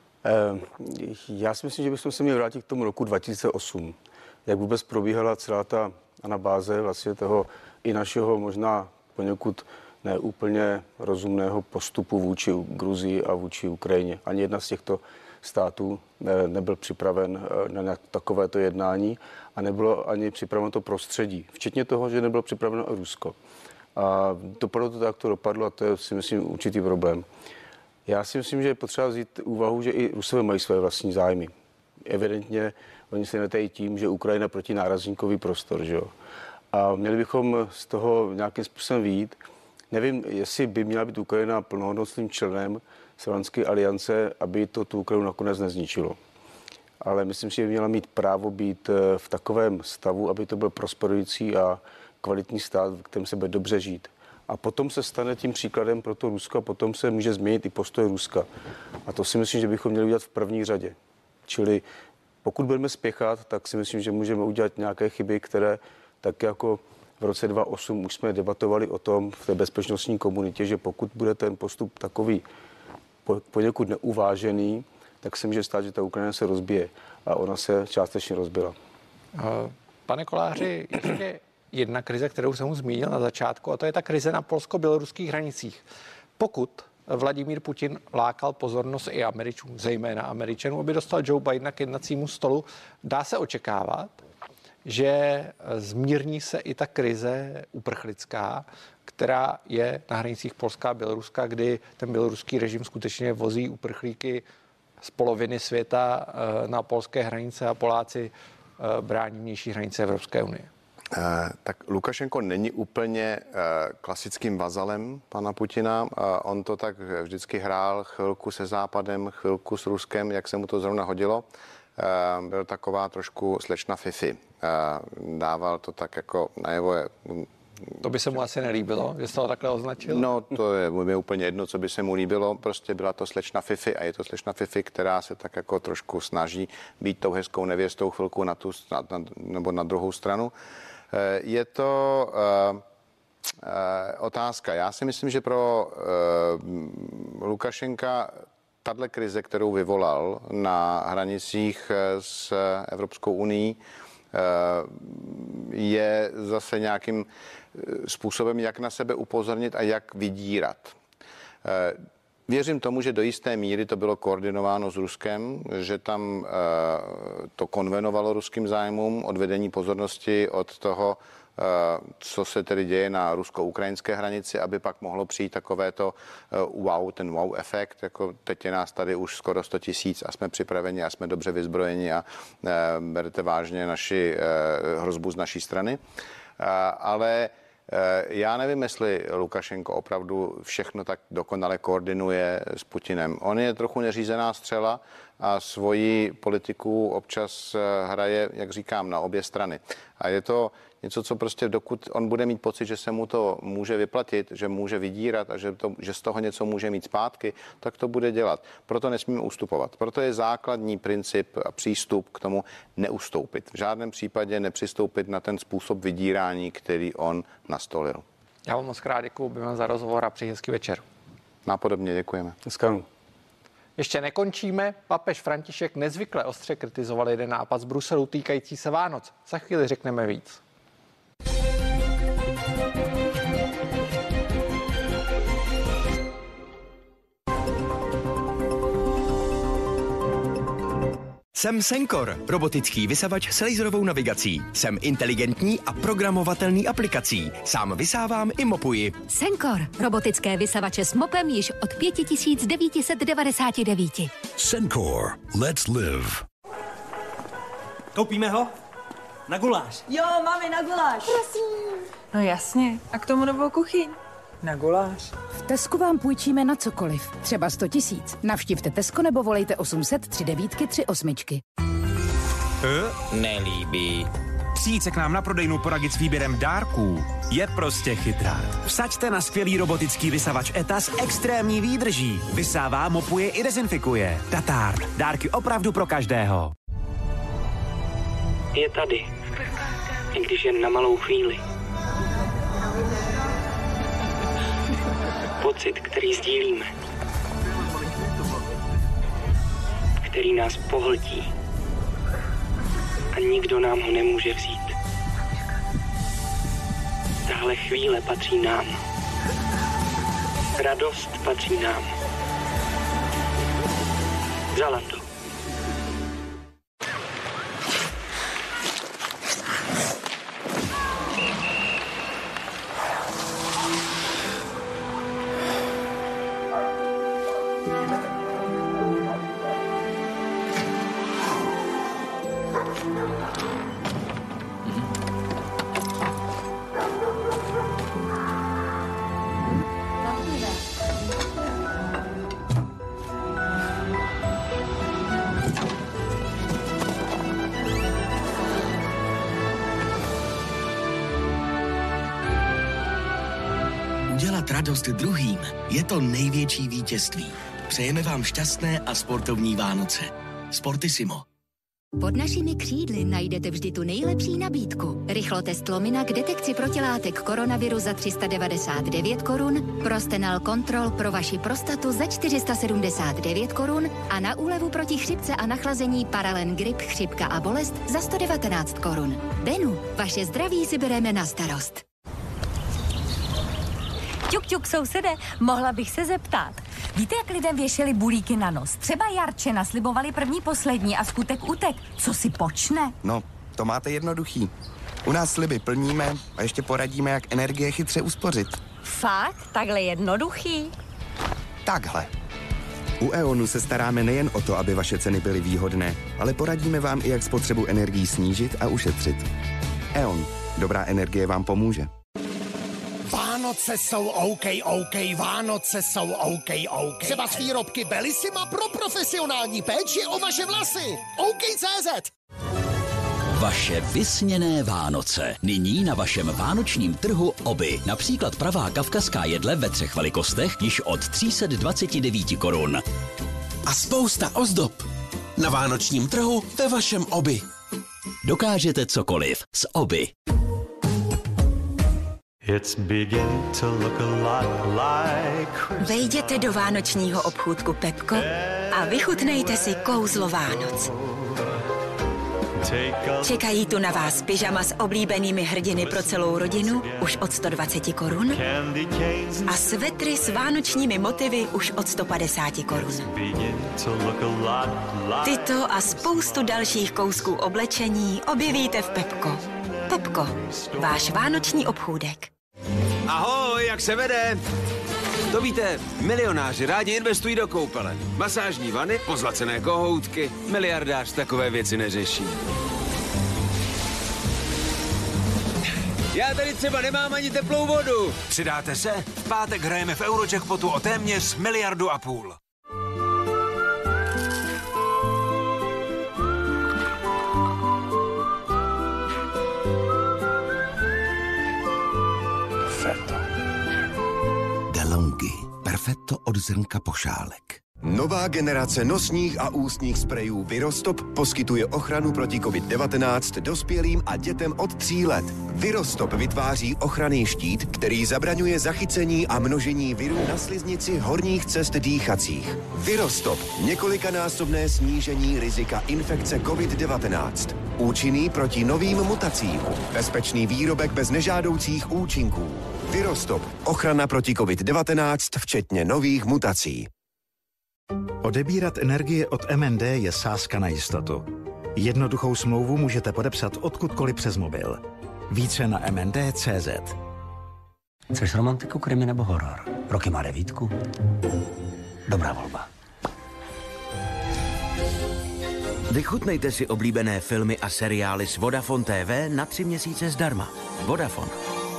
Já si myslím, že bychom se měli vrátit k tomu roku dva tisíce osm, jak vůbec probíhala celá ta anabáze vlastně toho i našeho možná poněkud neúplně rozumného postupu vůči Gruzii a vůči Ukrajině. Ani jedna z těchto států nebyl připraven na takovéto jednání a nebylo ani připraveno to prostředí, včetně toho, že nebylo připraveno i Rusko. A dopadlo to tak, to dopadlo a to je, si myslím, určitý problém. Já si myslím, že je potřeba vzít úvahu, že i Rusové mají své vlastní zájmy. Evidentně oni se netají tím, že Ukrajina proti nárazníkový prostor, že jo. A měli bychom z toho nějakým způsobem vyjít. Nevím, jestli by měla být Ukrajina plnohodnotným členem Severanské aliance, aby to tu Ukrajinu nakonec nezničilo. Ale myslím si, že by měla mít právo být v takovém stavu, aby to byl prosperující a kvalitní stát, v kterém se bude dobře žít. A potom se stane tím příkladem pro to Rusko a potom se může změnit i postoj Ruska. A to si myslím, že bychom měli udělat v první řadě. Čili pokud budeme spěchat, tak si myslím, že můžeme udělat nějaké chyby, které tak jako v roce dva tisíce osm už jsme debatovali o tom v té bezpečnostní komunitě, že pokud bude ten postup takový poněkud neuvážený, tak se může stát, že ta Ukrajina se rozbije. A ona se částečně rozbila. Pane Koláři, ještě jedna krize, kterou jsem mu zmínil na začátku, a to je ta krize na polsko-běloruských hranicích. Pokud Vladimír Putin lákal pozornost i Američanů, zejména Američanů, aby dostal Joe Bidena k jednacímu stolu, dá se očekávat, že zmírní se i ta krize uprchlická, která je na hranicích Polska a Běloruska, kdy ten běloruský režim skutečně vozí uprchlíky z poloviny světa na polské hranice a Poláci brání vnější hranice Evropské unie. Tak Lukašenko není úplně klasickým vazalem pana Putina. On to tak vždycky hrál chvilku se Západem, chvilku s Ruskem, jak se mu to zrovna hodilo. Byl taková trošku slečna Fifi. Dával to tak jako najevo. To by se mu asi nelíbilo, že se to takhle označil? No, to je, je úplně jedno, co by se mu líbilo. Prostě byla to slečna Fifi a je to slečna Fifi, která se tak jako trošku snaží být tou hezkou nevěstou chvilku na tu, na, na, nebo na druhou stranu. Je to uh, uh, otázka. Já si myslím, že pro uh, Lukašenka tato krize, kterou vyvolal na hranicích s Evropskou unií, je zase nějakým způsobem, jak na sebe upozornit a jak vydírat. Věřím tomu, že do jisté míry to bylo koordinováno s Ruskem, že tam to konvenovalo ruským zájmům, odvedení pozornosti od toho co se tedy děje na rusko-ukrajinské hranici, aby pak mohlo přijít takovéto wow, ten wow efekt, jako teď je nás tady už skoro sto tisíc a jsme připraveni a jsme dobře vyzbrojeni a berete vážně naši hrozbu z naší strany. Ale já nevím, jestli Lukašenko opravdu všechno tak dokonale koordinuje s Putinem. On je trochu neřízená střela a svoji politiku občas hraje, jak říkám, na obě strany. A je to něco, co prostě dokud on bude mít pocit, že se mu to může vyplatit, že může vydírat a že, to, že z toho něco může mít zpátky, tak to bude dělat. Proto nesmíme ustupovat. Proto je základní princip a přístup k tomu neustoupit. V žádném případě nepřistoupit na ten způsob vydírání, který on nastolil. Já vám moc krát děkuju za rozhovor a přeji hezký večer. Nápodobně děkujeme. Dneska. Ještě nekončíme. Papež František nezvykle ostře kritizoval jeden nápad z Bruselu týkající se Vánoc. Za chvíli řekneme víc. Jsem Senkor, robotický vysavač s laserovou navigací. Jsem inteligentní a programovatelný aplikací. Sám vysávám i mopuji. Senkor, robotické vysavače s mopem již od pět tisíc devět set devadesát devět. Senkor, let's live. Koupíme ho? Na guláš. Jo, mami, na guláš. Prosím. No jasně. A k tomu novou kuchyň. Na guláš. V Tesku vám půjčíme na cokoliv. Třeba sto tisíc. Navštivte Tesko nebo volejte osm set tři devítky tři osmičky. E? Nelíbí. Přijít se k nám na prodejnu poradit s výběrem dárků je prostě chytrá. Vsaďte na skvělý robotický vysavač E T A s extrémní výdrží. Vysává, mopuje i dezinfikuje. Tatár. Dárky opravdu pro každého. Je tady. I když jen na malou chvíli. Pocit, který sdílíme. Který nás pohltí. A nikdo nám ho nemůže vzít. Tahle chvíle patří nám. Radost patří nám. Zalando. Udělat radost druhým je to největší vítězství. Přejeme vám šťastné a sportovní Vánoce. Sportissimo. Pod našimi křídly najdete vždy tu nejlepší nabídku. Rychlotest Lomina k detekci protilátek koronaviru za tři sta devadesát devět korun, Prostenal Control pro vaši prostatu za čtyři sta sedmdesát devět korun a na úlevu proti chřipce a nachlazení Paralen Grip, chřipka a bolest za sto devatenáct korun. Benu, vaše zdraví si bereme na starost. Ťuk, ťuk, sousede, mohla bych se zeptat. Víte, jak lidem věšeli bulíky na nos? Třeba Jarče naslibovali první poslední a skutek utek. Co si počne? No, to máte jednoduchý. U nás sliby plníme a ještě poradíme, jak energie chytře uspořit. Fakt? Takhle jednoduchý? Takhle. U E O N u se staráme nejen o to, aby vaše ceny byly výhodné, ale poradíme vám i, jak spotřebu energií snížit a ušetřit. E O N. Dobrá energie vám pomůže. Vánoce jsou OK, OK, Vánoce jsou OK, OK. Třeba z výrobky Bellissima pro profesionální péči o vaše vlasy. OK tečka cé zet. Vaše vysněné Vánoce. Nyní na vašem vánočním trhu Oby. Například pravá kavkazská jedle ve třech velikostech již od tři sta dvacet devět korun. A spousta ozdob. Na vánočním trhu ve vašem Oby. Dokážete cokoliv s Oby. Vejděte do vánočního obchůdku Pepko a vychutnejte si kouzlo Vánoc. Čekají tu na vás pyžama s oblíbenými hrdiny pro celou rodinu už od sto dvacet korun a svetry s vánočními motivy už od sto padesát korun. Tyto a spoustu dalších kousků oblečení objevíte v Pepko. Pepko, váš vánoční obchůdek. Ahoj, jak se vede? To víte, milionáři rádi investují do koupele. Masážní vany, pozlacené kohoutky, miliardář takové věci neřeší. Já tady třeba nemám ani teplou vodu. Přidáte se? V pátek hrajeme v Eurojackpotu o téměř miliardu a půl. Perfetto. DeLonghi. Perfetto od zrnka pošálek. Nová generace nosních a ústních sprejů Virostop poskytuje ochranu proti covid devatenáct dospělým a dětem od tří let. Virostop vytváří ochranný štít, který zabraňuje zachycení a množení virů na sliznici horních cest dýchacích. Virostop. Několikanásobné snížení rizika infekce covid devatenáct. Účinný proti novým mutacím. Bezpečný výrobek bez nežádoucích účinků. Virostop. Ochrana proti covid devatenáct, včetně nových mutací. Odebírat energie od M N D je sázka na jistotu. Jednoduchou smlouvu můžete podepsat odkudkoliv přes mobil. Více na M N D tečka cé zet. Chceš romantiku, krimi nebo horor? Roky má devítku? Dobrá volba. Vychutnejte si oblíbené filmy a seriály s Vodafone T V na tři měsíce zdarma. Vodafone.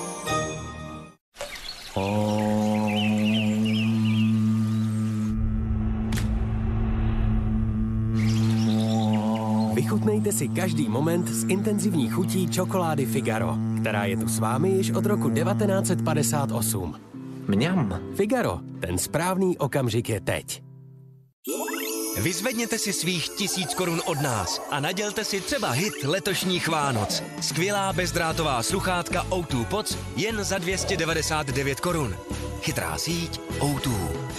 Vychutnejte si každý moment s intenzivní chutí čokolády Figaro, která je tu s vámi již od roku devatenáct set padesát osm. Mňam. Figaro, ten správný okamžik je teď. Vyzvedněte si svých tisíc korun od nás a nadělte si třeba hit letošních Vánoc. Skvělá bezdrátová sluchátka O dva Pods jen za dvě stě devadesát devět korun. Chytrá síť O dva.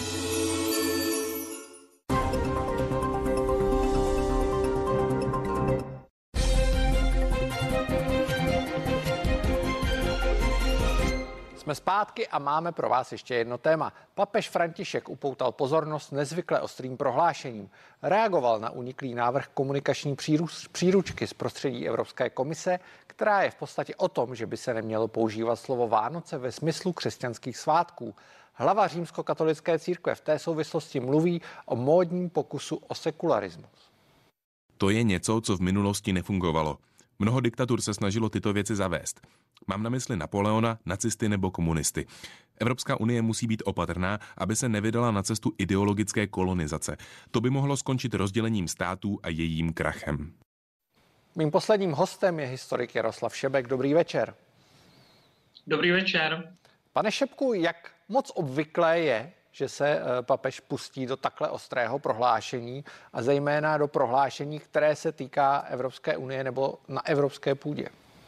Jsme zpátky a máme pro vás ještě jedno téma. Papež František upoutal pozornost nezvykle ostrým prohlášením. Reagoval na uniklý návrh komunikační příručky z prostředí Evropské komise, která je v podstatě o tom, že by se nemělo používat slovo Vánoce ve smyslu křesťanských svátků. Hlava římskokatolické církve v té souvislosti mluví o módním pokusu o sekularismus. To je něco, co v minulosti nefungovalo. Mnoho diktatur se snažilo tyto věci zavést. Mám na mysli Napoleona, nacisty nebo komunisty. Evropská unie musí být opatrná, aby se nevydala na cestu ideologické kolonizace. To by mohlo skončit rozdělením států a jejím krachem. Mým posledním hostem je historik Jaroslav Šebek. Dobrý večer. Dobrý večer. Pane Šebku, jak moc obvyklé je, že se papež pustí do takhle ostrého prohlášení a zejména do prohlášení, které se týká Evropské unie nebo na evropské půdě?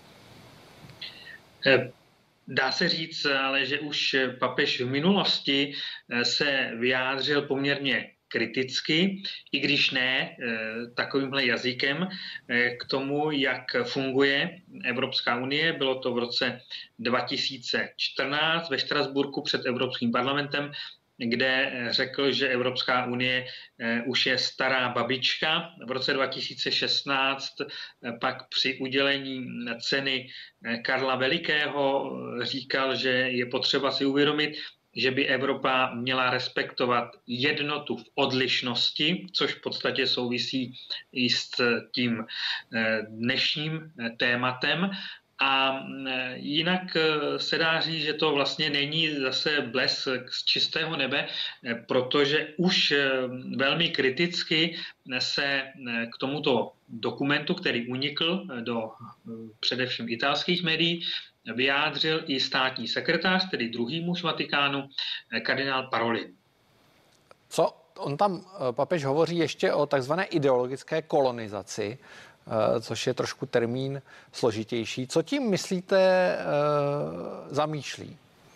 Dá se říct, ale že už papež v minulosti se vyjádřil poměrně kriticky, i když ne takovýmhle jazykem, k tomu, jak funguje Evropská unie. Bylo to v roce dva tisíce čtrnáct ve Štrasburku před Evropským parlamentem, kde řekl, že Evropská unie už je stará babička. V roce dva tisíce šestnáct pak při udělení ceny Karla Velikého říkal, že je potřeba si uvědomit, že by Evropa měla respektovat jednotu v odlišnosti, což v podstatě souvisí i s tím dnešním tématem. A jinak se dá říct, že to vlastně není zase blesk z čistého nebe, protože už velmi kriticky se k tomuto dokumentu, který unikl do především italských médií, vyjádřil i státní sekretář, tedy druhý muž Vatikánu, kardinál Parolin. Co on tam, papež, hovoří ještě o takzvané ideologické kolonizaci, což je trošku termín složitější. Co tím myslíte zamýšlí?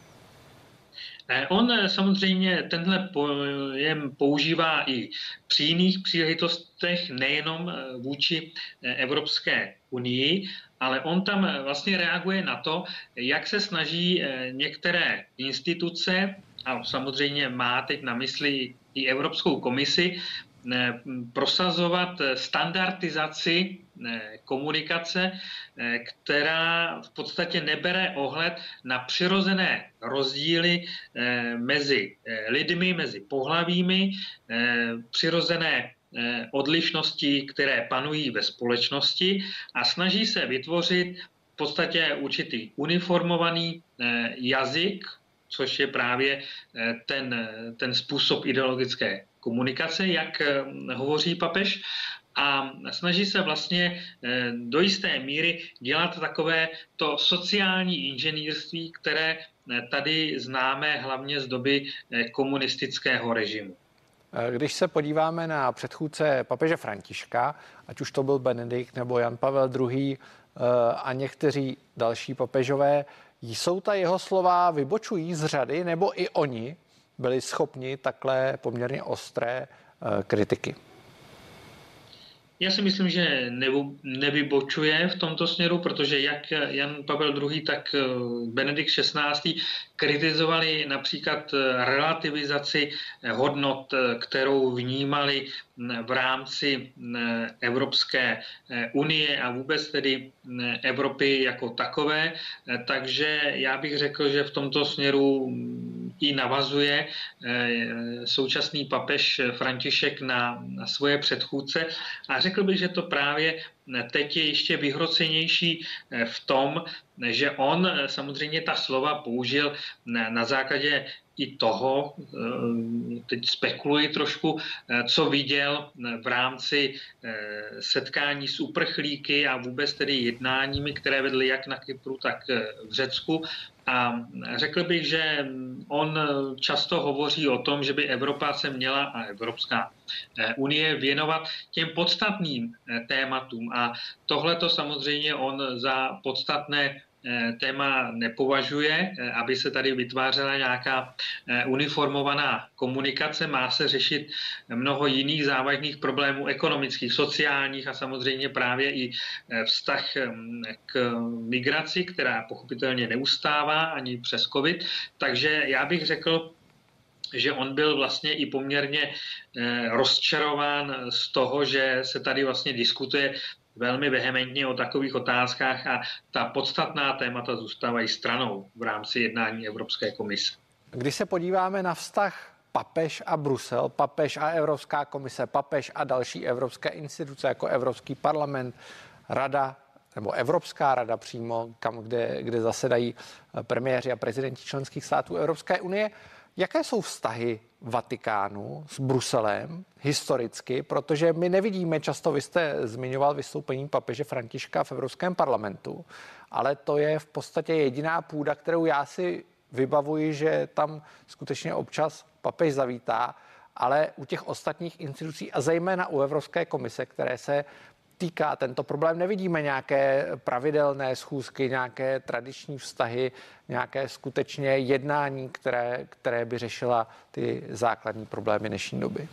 On samozřejmě tenhle pojem používá i při jiných příležitostech, nejenom vůči Evropské unii, ale on tam vlastně reaguje na to, jak se snaží některé instituce, a samozřejmě má teď na mysli i Evropskou komisi, prosazovat standardizaci komunikace, která v podstatě nebere ohled na přirozené rozdíly mezi lidmi, mezi pohlavími, přirozené odlišnosti, které panují ve společnosti a snaží se vytvořit v podstatě určitý uniformovaný jazyk, což je právě ten, ten způsob ideologické komunikace, jak hovoří papež, a snaží se vlastně do jisté míry dělat takové to sociální inženýrství, které tady známe hlavně z doby komunistického režimu. Když se podíváme na předchůdce papeže Františka, ať už to byl Benedikt nebo Jan Pavel druhý. a někteří další papežové, jsou ta jeho slova vybočují z řady, nebo i oni byli schopni takhle poměrně ostré kritiky? Já si myslím, že nevybočuje v tomto směru, protože jak Jan Pavel druhý, tak Benedikt šestnáctý kritizovali například relativizaci hodnot, kterou vnímali v rámci Evropské unie a vůbec tedy Evropy jako takové. Takže já bych řekl, že v tomto směru i navazuje současný papež František na, na svoje předchůdce a řekl bych, že to právě teď je ještě vyhrocenější v tom, že on samozřejmě ta slova použil na, na základě i toho, teď spekuluji trošku, co viděl v rámci setkání s uprchlíky a vůbec tedy jednáními, které vedly jak na Kypru, tak v Řecku. A řekl bych, že on často hovoří o tom, že by Evropa se měla a Evropská unie věnovat těm podstatným tématům. A tohle to samozřejmě on za podstatné téma nepovažuje, aby se tady vytvářela nějaká uniformovaná komunikace. Má se řešit mnoho jiných závažných problémů ekonomických, sociálních a samozřejmě právě i vztah k migraci, která pochopitelně neustává ani přes covid. Takže já bych řekl, že on byl vlastně i poměrně rozčarován z toho, že se tady vlastně diskutuje velmi vehementně o takových otázkách a ta podstatná témata zůstávají stranou v rámci jednání Evropské komise. Když se podíváme na vztah papež a Brusel, papež a Evropská komise, papež a další evropské instituce jako Evropský parlament, Rada nebo Evropská rada přímo, kam, kde, kde zasedají premiéři a prezidenti členských států Evropské unie, jaké jsou vztahy Vatikánu s Bruselem historicky, protože my nevidíme, často vy jste zmiňoval vystoupení papeže Františka v Evropském parlamentu, ale to je v podstatě jediná půda, kterou já si vybavuji, že tam skutečně občas papež zavítá, ale u těch ostatních institucí a zejména u Evropské komise, které se týká tento problém, nevidíme nějaké pravidelné schůzky, nějaké tradiční vztahy, nějaké skutečně jednání, které, které by řešila ty základní problémy dnešní doby.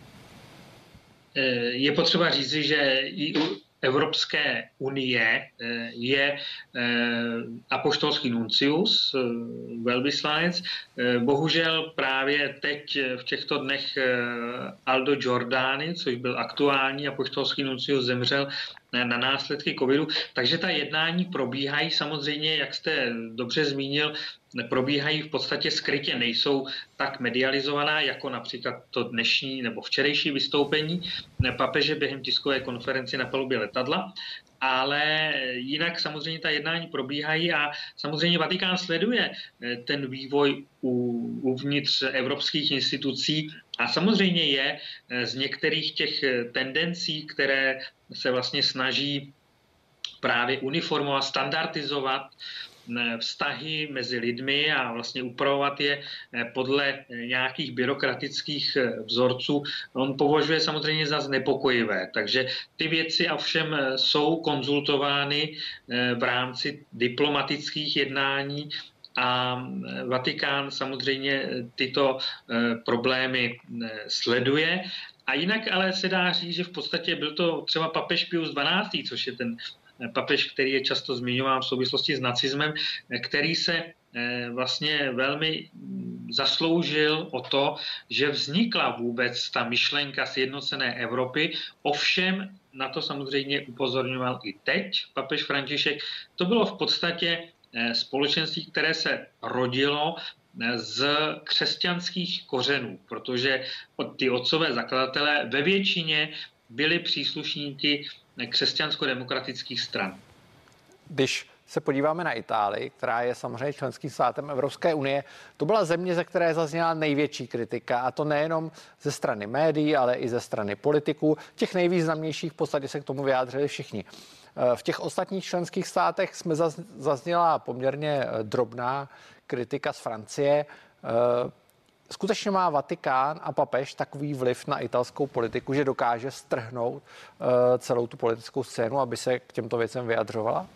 Je potřeba říci, že i u Evropské unie je apoštolský nuncius, velvyslanec. Bohužel právě teď v těchto dnech Aldo Giordani, což byl aktuální apoštolský nuncius, zemřel na následky covidu. Takže ta jednání probíhají samozřejmě, jak jste dobře zmínil, probíhají v podstatě skrytě, nejsou tak medializovaná, jako například to dnešní nebo včerejší vystoupení papeže během tiskové konferenci na palubě letadla. Ale jinak samozřejmě ta jednání probíhají a samozřejmě Vatikán sleduje ten vývoj uvnitř evropských institucí a samozřejmě je z některých těch tendencí, které se vlastně snaží právě uniformovat, standardizovat vztahy mezi lidmi a vlastně upravovat je podle nějakých byrokratických vzorců, on považuje samozřejmě za znepokojivé. Takže ty věci ovšem jsou konzultovány v rámci diplomatických jednání a Vatikán samozřejmě tyto problémy sleduje. A jinak ale se dá říct, že v podstatě byl to třeba papež Pius dvanáctý, což je ten papež, který je často zmiňován v souvislosti s nacismem, který se vlastně velmi zasloužil o to, že vznikla vůbec ta myšlenka sjednocené Evropy. Ovšem, na to samozřejmě upozorňoval i teď papež František, to bylo v podstatě společenství, které se rodilo z křesťanských kořenů, protože ty otcové zakladatelé ve většině byli příslušníky křesťansko-demokratických stran. Když se podíváme na Itálii, která je samozřejmě členským státem Evropské unie, to byla země, ze které zazněla největší kritika, a to nejenom ze strany médií, ale i ze strany politiků. Těch nejvýznamnějších v podstatě se k tomu vyjádřili všichni. V těch ostatních členských státech jsme zazněla poměrně drobná kritika z Francie. Skutečně má Vatikán a papež takový vliv na italskou politiku, že dokáže strhnout celou tu politickou scénu, aby se k těmto věcem vyjadřovala?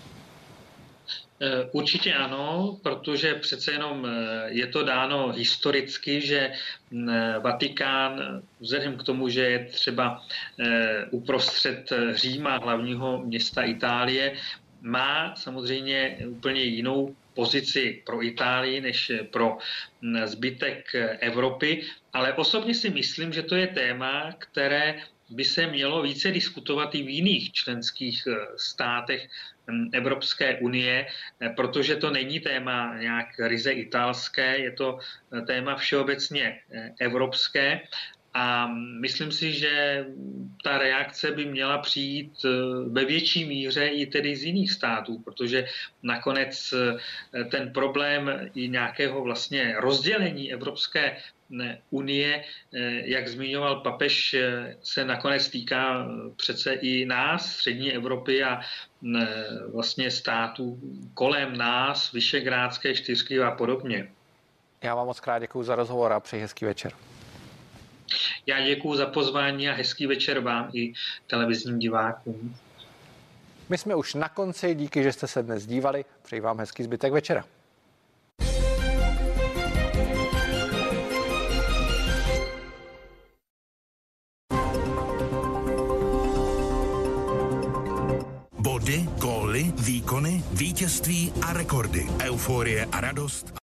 Určitě ano, protože přece jenom je to dáno historicky, že Vatikán, vzhledem k tomu, že je třeba uprostřed Říma, hlavního města Itálie, má samozřejmě úplně jinou pozici pro Itálii než pro zbytek Evropy, ale osobně si myslím, že to je téma, které by se mělo více diskutovat i v jiných členských státech Evropské unie, protože to není téma nějak ryze italské, je to téma všeobecně evropské. A myslím si, že ta reakce by měla přijít ve větší míře i tedy z jiných států, protože nakonec ten problém i nějakého vlastně rozdělení Evropské unie, jak zmiňoval papež, se nakonec týká přece i nás, střední Evropy a vlastně států kolem nás, Visegrádské čtyřky a podobně. Já vám moc krát děkuji za rozhovor a přeji hezký večer. Já děkuji za pozvání a hezký večer vám i televizním divákům. My jsme už na konci, díky, že jste se dnes dívali. Přeji vám hezký zbytek večera. Body, góly, výkony, vítězství a rekordy. Euforie a radost